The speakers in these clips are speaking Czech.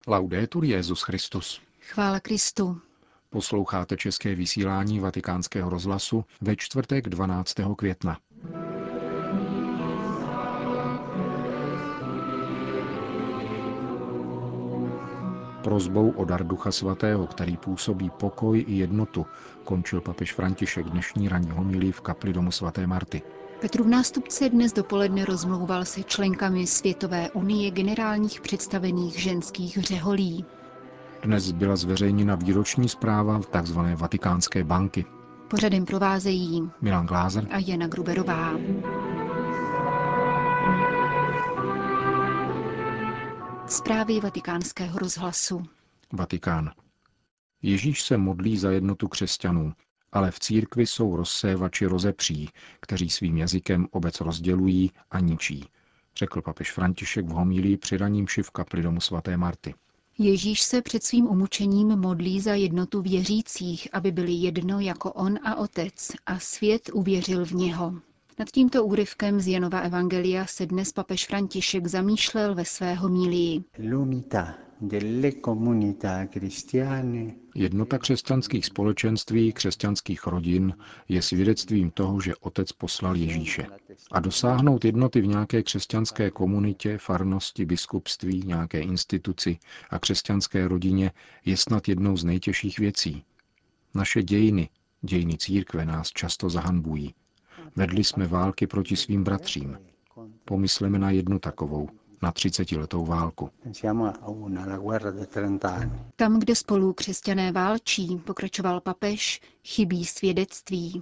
Laudetur Jesus Christus. Chvála Kristu. Posloucháte české vysílání Vatikánského rozhlasu ve čtvrtek 12. května. Prosbou o dar Ducha Svatého, který působí pokoj i jednotu, končil papež František dnešní ranní homilii v kapli domu svaté Marty. Petrův nástupce dnes dopoledne rozmlouval se členkami Světové unie generálních představených ženských řeholí. Dnes byla zveřejněna výroční zpráva tzv. Vatikánské banky. Pořadem provázejí Milan Glázer a Jana Gruberová. Zprávy Vatikánského rozhlasu. Vatikán. Ježíš se modlí za jednotu křesťanů, ale v církvi jsou rozsévači rozepří, kteří svým jazykem obec rozdělují a ničí, řekl papež František v homilii při ranní mši v kapli domu svaté Marty. Ježíš se před svým umučením modlí za jednotu věřících, aby byli jedno jako on a otec, a svět uvěřil v něho. Nad tímto úryvkem z Janova evangelia se dnes papež František zamýšlel ve své homilii. Jednota křesťanských společenství, křesťanských rodin je svědectvím toho, že Otec poslal Ježíše. A dosáhnout jednoty v nějaké křesťanské komunitě, farnosti, biskupství, nějaké instituci a křesťanské rodině je snad jednou z nejtěžších věcí. Naše dějiny církve nás často zahanbují. Vedli jsme války proti svým bratřím. Pomysleme na jednu takovou, na 30letou válku. Tam, kde spolu křesťané válčí, pokračoval papež, chybí svědectví.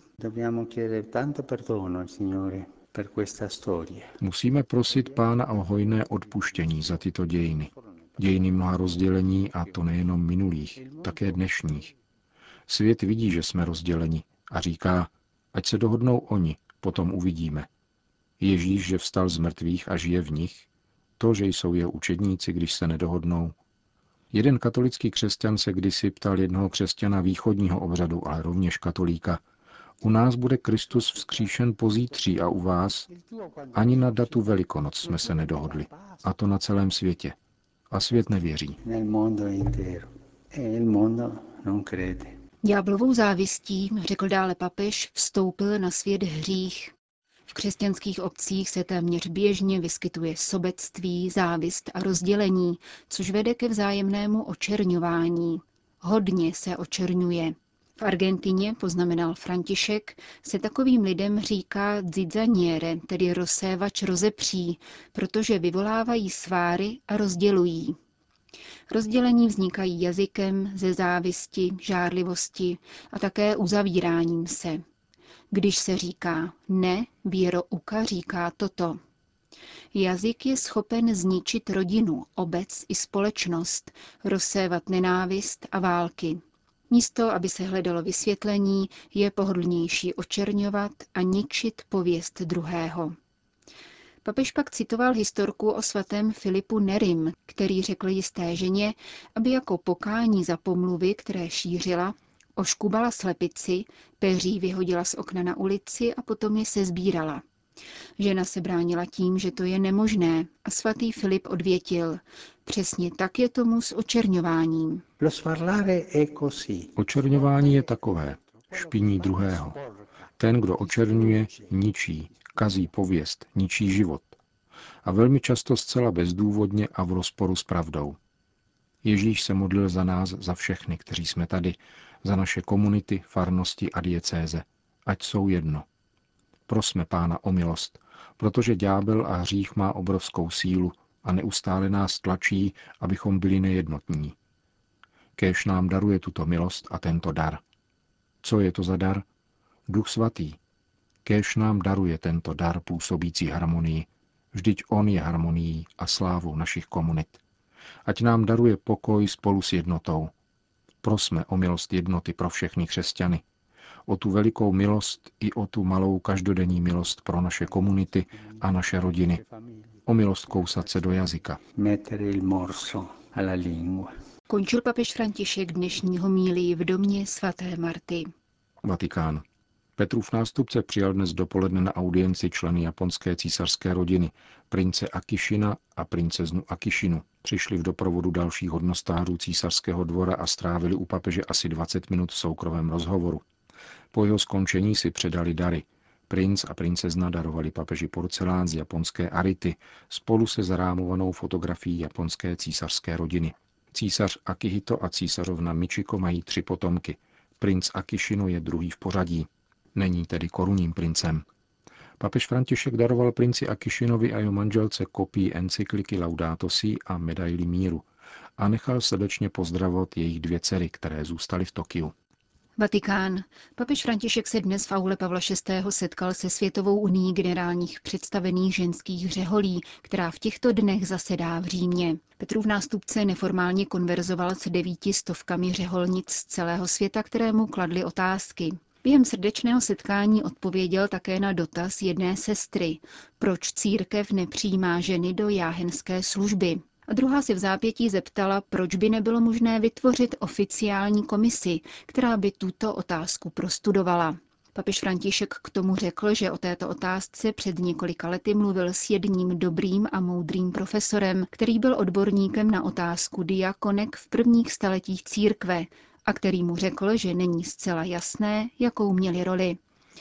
Musíme prosit Pána o hojné odpuštění za tyto dějiny. Dějiny mnoha rozdělení, a to nejenom minulých, také dnešních. Svět vidí, že jsme rozděleni a říká, ať se dohodnou oni, potom uvidíme. Ježíš, že vstal z mrtvých a žije v nich, to, že jsou jeho učedníci, když se nedohodnou. Jeden katolický křesťan se kdysi ptal jednoho křesťana východního obřadu, ale rovněž katolíka: u nás bude Kristus vzkříšen pozítří a u vás? Ani na datu Velikonoc jsme se nedohodli. A to na celém světě. A svět nevěří. Ďáblovou závistí, řekl dále papež, vstoupil na svět hřích. V křesťanských obcích se téměř běžně vyskytuje sobectví, závist a rozdělení, což vede ke vzájemnému očerňování. Hodně se očerňuje. V Argentině, poznamenal František, se takovým lidem říká zizzaniere, tedy rozsévač rozepří, protože vyvolávají sváry a rozdělují. Rozdělení vznikají jazykem, ze závisti, žárlivosti a také uzavíráním se. Když se říká ne, věrouka říká toto. Jazyk je schopen zničit rodinu, obec i společnost, rozsévat nenávist a války. Místo, aby se hledalo vysvětlení, je pohodlnější očerňovat a ničit pověst druhého. Papež pak citoval historku o svatém Filipu Nerim, který řekl jisté ženě, aby jako pokání za pomluvy, které šířila, oškubala slepici, peří vyhodila z okna na ulici a potom je sesbírala. Žena se bránila tím, že to je nemožné, a svatý Filip odvětil: přesně tak je tomu s očerňováním. Očerňování je takové, špiní druhého. Ten, kdo očerňuje, ničí, kazí pověst, ničí život. A velmi často zcela bezdůvodně a v rozporu s pravdou. Ježíš se modlil za nás, za všechny, kteří jsme tady, za naše komunity, farnosti a diecéze. Ať jsou jedno. Prosme Pána o milost, protože ďábel a hřích má obrovskou sílu a neustále nás tlačí, abychom byli nejednotní. Kéž nám daruje tuto milost a tento dar. Co je to za dar? Duch svatý. Kéž nám daruje tento dar působící harmonii. Vždyť on je harmonií a slávou našich komunit. Ať nám daruje pokoj spolu s jednotou. Prosme o milost jednoty pro všechny křesťany. O tu velikou milost i o tu malou každodenní milost pro naše komunity a naše rodiny. O milost kousat se do jazyka. Končil papež František dnešní homílii v domě svaté Marty. Vatikán. Petrův nástupce přijal dnes dopoledne na audienci členy japonské císařské rodiny, prince Akišina a princeznu Akišinu. Přišli v doprovodu dalších hodnostářů císařského dvora a strávili u papeže asi 20 minut v soukromém rozhovoru. Po jeho skončení si předali dary. Princ a princezna darovali papeži porcelán z japonské Arity spolu se zarámovanou fotografií japonské císařské rodiny. Císař Akihito a císařovna Michiko mají 3 potomky. Princ Akišino je druhý v pořadí. Není tedy korunním princem. Papež František daroval princi Akišinovi a jeho manželce kopii encykliky Laudato Si a medaili míru a nechal srdečně pozdravovat jejich 2 dcery, které zůstaly v Tokiu. Vatikán. Papež František se dnes v aule Pavla VI. Setkal se Světovou unií generálních představených ženských řeholí, která v těchto dnech zasedá v Římě. Petrův nástupce neformálně konverzoval s 900 řeholnic z celého světa, které mu kladly otázky. Během srdečného setkání odpověděl také na dotaz jedné sestry, proč církev nepřijímá ženy do jáhenské služby. A druhá se v zápětí zeptala, proč by nebylo možné vytvořit oficiální komisi, která by tuto otázku prostudovala. Papež František k tomu řekl, že o této otázce před několika lety mluvil s jedním dobrým a moudrým profesorem, který byl odborníkem na otázku diakonek v prvních staletích církve a který mu řekl, že není zcela jasné, jakou měli roli.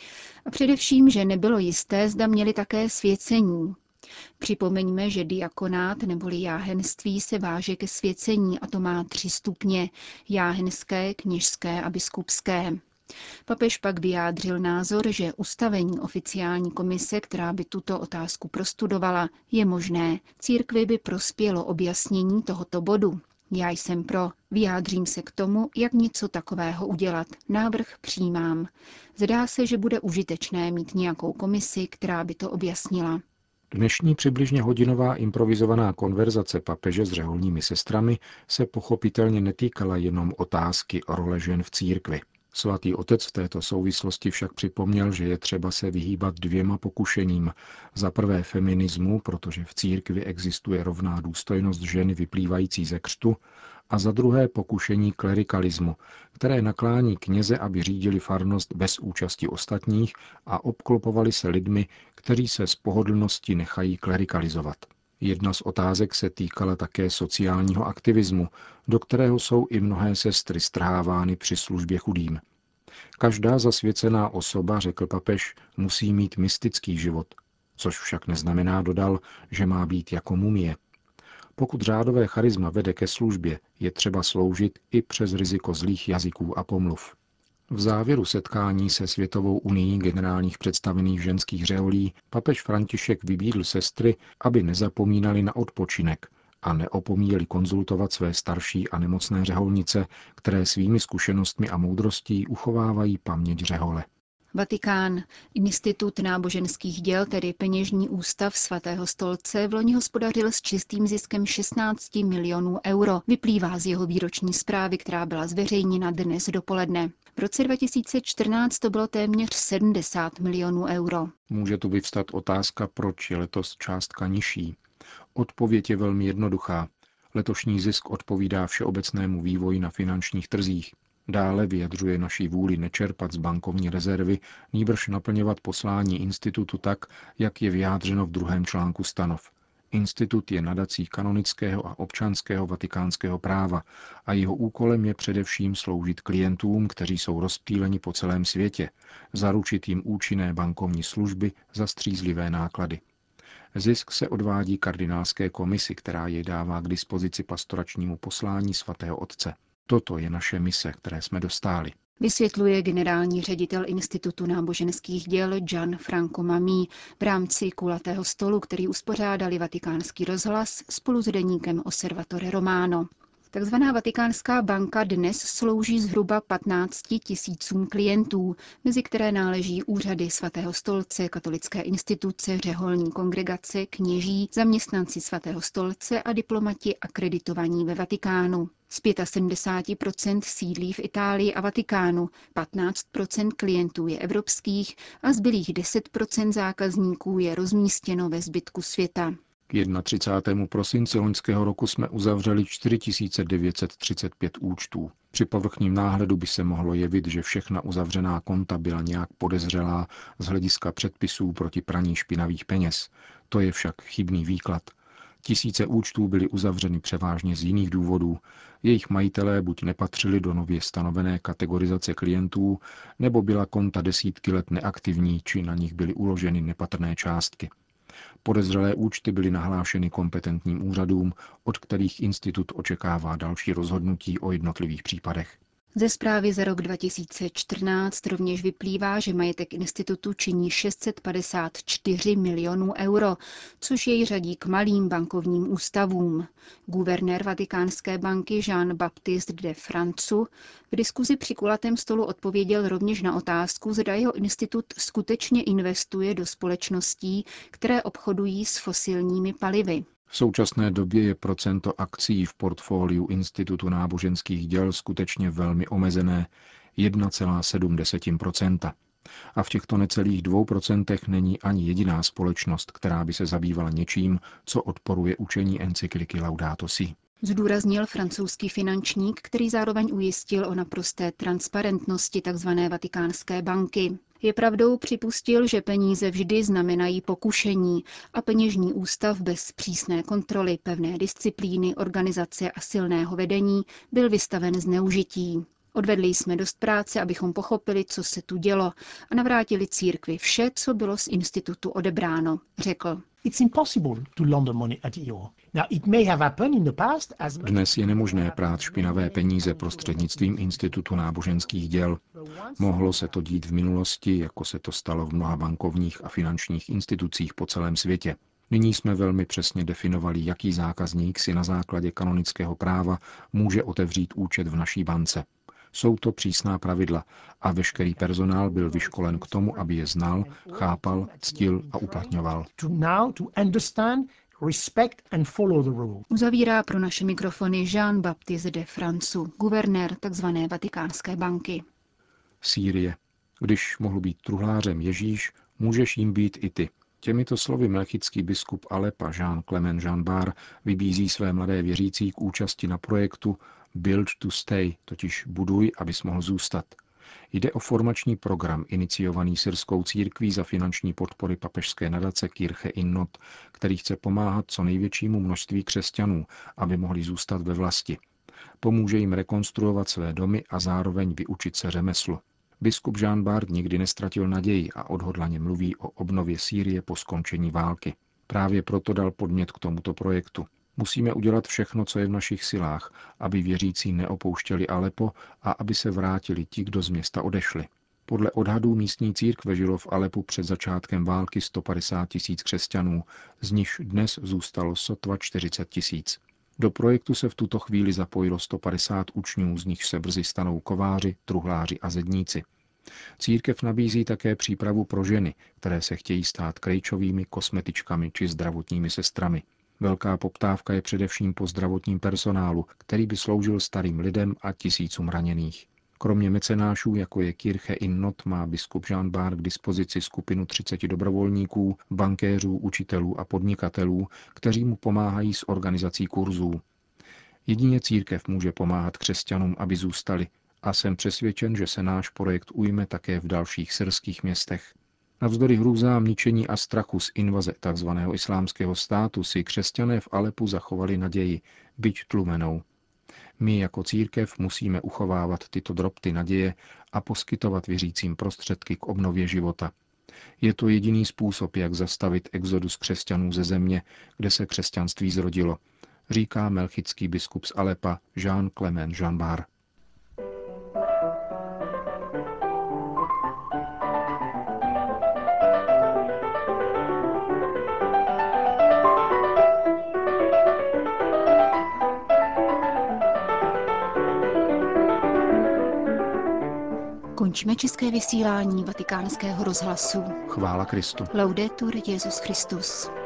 A především, že nebylo jisté, zda měli také svěcení. Připomeňme, že diakonát neboli jáhenství se váže ke svěcení a to má 3 stupně – jáhenské, kněžské a biskupské. Papež pak vyjádřil názor, že ustavení oficiální komise, která by tuto otázku prostudovala, je možné. Církvi by prospělo objasnění tohoto bodu. Já jsem pro, vyjádřím se k tomu, jak něco takového udělat. Návrh přijímám. Zdá se, že bude užitečné mít nějakou komisi, která by to objasnila. Dnešní přibližně hodinová improvizovaná konverzace papeže s řeholními sestrami se pochopitelně netýkala jenom otázky o role žen v církvi. Svatý otec v této souvislosti však připomněl, že je třeba se vyhýbat 2 pokušením. Za prvé feminismu, protože v církvi existuje rovná důstojnost ženy vyplývající ze křtu, a za druhé pokušení klerikalismu, které naklání kněze, aby řídili farnost bez účasti ostatních a obklopovali se lidmi, kteří se z pohodlnosti nechají klerikalizovat. Jedna z otázek se týkala také sociálního aktivismu, do kterého jsou i mnohé sestry strhávány při službě chudým. Každá zasvěcená osoba, řekl papež, musí mít mystický život, což však neznamená, dodal, že má být jako mumie. Pokud řádové charisma vede ke službě, je třeba sloužit i přes riziko zlých jazyků a pomluv. V závěru setkání se Světovou unií generálních představených ženských řeholí papež František vybídl sestry, aby nezapomínali na odpočinek a neopomíjeli konzultovat své starší a nemocné řeholnice, které svými zkušenostmi a moudrostí uchovávají paměť řehole. Vatikán. Institut náboženských děl, tedy peněžní ústav svatého stolce, vloni hospodařil s čistým ziskem 16 milionů euro. Vyplývá z jeho výroční zprávy, která byla zveřejněna dnes dopoledne. V roce 2014 to bylo téměř 70 milionů euro. Může tu vyvstat otázka, proč je letos částka nižší. Odpověď je velmi jednoduchá. Letošní zisk odpovídá všeobecnému vývoji na finančních trzích. Dále vyjadřuje naši vůli nečerpat z bankovní rezervy, nýbrž naplňovat poslání institutu tak, jak je vyjádřeno v 2. článku stanov. Institut je nadací kanonického a občanského vatikánského práva a jeho úkolem je především sloužit klientům, kteří jsou rozptýleni po celém světě, zaručit jim účinné bankovní služby za střízlivé náklady. Zisk se odvádí kardinálské komisi, která jej dává k dispozici pastoračnímu poslání svatého otce. Toto je naše mise, které jsme dostáli. Vysvětluje generální ředitel Institutu náboženských děl Gianfranco Mamí v rámci kulatého stolu, který uspořádali Vatikánský rozhlas spolu s deníkem Osservatore Romano. Takzvaná Vatikánská banka dnes slouží zhruba 15 000 klientů, mezi které náleží úřady svatého stolce, katolické instituce, řeholní kongregace, kněží, zaměstnanci svatého stolce a diplomati akreditovaní ve Vatikánu. Z 75% sídlí v Itálii a Vatikánu, 15% klientů je evropských a zbylých 10% zákazníků je rozmístěno ve zbytku světa. K 31. prosinci loňského roku jsme uzavřeli 4935 účtů. Při povrchním náhledu by se mohlo jevit, že všechna uzavřená konta byla nějak podezřelá z hlediska předpisů proti praní špinavých peněz. To je však chybný výklad. Tisíce účtů byly uzavřeny převážně z jiných důvodů. Jejich majitelé buď nepatřili do nově stanovené kategorizace klientů, nebo byla konta desítky let neaktivní, či na nich byly uloženy nepatrné částky. Podezřelé účty byly nahlášeny kompetentním úřadům, od kterých institut očekává další rozhodnutí o jednotlivých případech. Ze zprávy za rok 2014 rovněž vyplývá, že majetek institutu činí 654 milionů euro, což jej řadí k malým bankovním ústavům. Guvernér Vatikánské banky Jean-Baptiste de Francu v diskuzi při kulatém stolu odpověděl rovněž na otázku, zda jeho institut skutečně investuje do společností, které obchodují s fosilními palivy. V současné době je procento akcií v portfoliu Institutu náboženských děl skutečně velmi omezené, 1,7%. A v těchto necelých 2% není ani jediná společnost, která by se zabývala něčím, co odporuje učení encykliky Laudato Si. Zdůraznil francouzský finančník, který zároveň ujistil o naprosté transparentnosti tzv. Vatikánské banky. Je pravdou, připustil, že peníze vždy znamenají pokušení a peněžní ústav bez přísné kontroly, pevné disciplíny, organizace a silného vedení byl vystaven zneužití. Odvedli jsme dost práce, abychom pochopili, co se tu dělo a navrátili církvi vše, co bylo z institutu odebráno, řekl. Dnes je nemožné prát špinavé peníze prostřednictvím Institutu náboženských děl. Mohlo se to dít v minulosti, jako se to stalo v mnoha bankovních a finančních institucích po celém světě. Nyní jsme velmi přesně definovali, jaký zákazník si na základě kanonického práva může otevřít účet v naší bance. Jsou to přísná pravidla a veškerý personál byl vyškolen k tomu, aby je znal, chápal, ctil a uplatňoval. Uzavírá pro naše mikrofony Jean-Baptiste de Francu, guvernér tzv. Vatikánské banky. Sýrie. Když mohl být truhlářem Ježíš, můžeš jim být i ty. Těmito slovy melchický biskup Alepa Jean-Clement Jean-Bar vybízí své mladé věřící k účasti na projektu Build to Stay, totiž buduj, abys mohl zůstat. Jde o formační program iniciovaný syrskou církví za finanční podpory papežské nadace Kirche in Not, který chce pomáhat co největšímu množství křesťanů, aby mohli zůstat ve vlasti. Pomůže jim rekonstruovat své domy a zároveň vyučit se řemeslu. Biskup Jean Bart nikdy nestratil naději a odhodlaně mluví o obnově Sýrie po skončení války. Právě proto dal podnět k tomuto projektu. Musíme udělat všechno, co je v našich silách, aby věřící neopouštěli Alepo a aby se vrátili ti, kdo z města odešli. Podle odhadů místní církve žilo v Alepu před začátkem války 150 000 křesťanů, z nichž dnes zůstalo sotva 40 000. Do projektu se v tuto chvíli zapojilo 150 učňů, z nich se brzy stanou kováři, truhláři a zedníci. Církev nabízí také přípravu pro ženy, které se chtějí stát krejčovými, kosmetičkami či zdravotními sestrami. Velká poptávka je především po zdravotním personálu, který by sloužil starým lidem a tisícům raněných. Kromě mecenášů, jako je Kirche in Not, má biskup Jean Bart k dispozici skupinu 30 dobrovolníků, bankéřů, učitelů a podnikatelů, kteří mu pomáhají s organizací kurzů. Jedině církev může pomáhat křesťanům, aby zůstali, a jsem přesvědčen, že se náš projekt ujme také v dalších syrských městech. Navzdory hrůzám, ničení a strachu z invaze tzv. Islámského státu si křesťané v Alepu zachovali naději, byť tlumenou. My jako církev musíme uchovávat tyto drobty naděje a poskytovat věřícím prostředky k obnově života. Je to jediný způsob, jak zastavit exodus křesťanů ze země, kde se křesťanství zrodilo, říká melchický biskup z Alepa Jean-Clement Jean-Bar. Končíme české vysílání Vatikánského rozhlasu. Chvála Kristu. Laudetur Jesus Christus.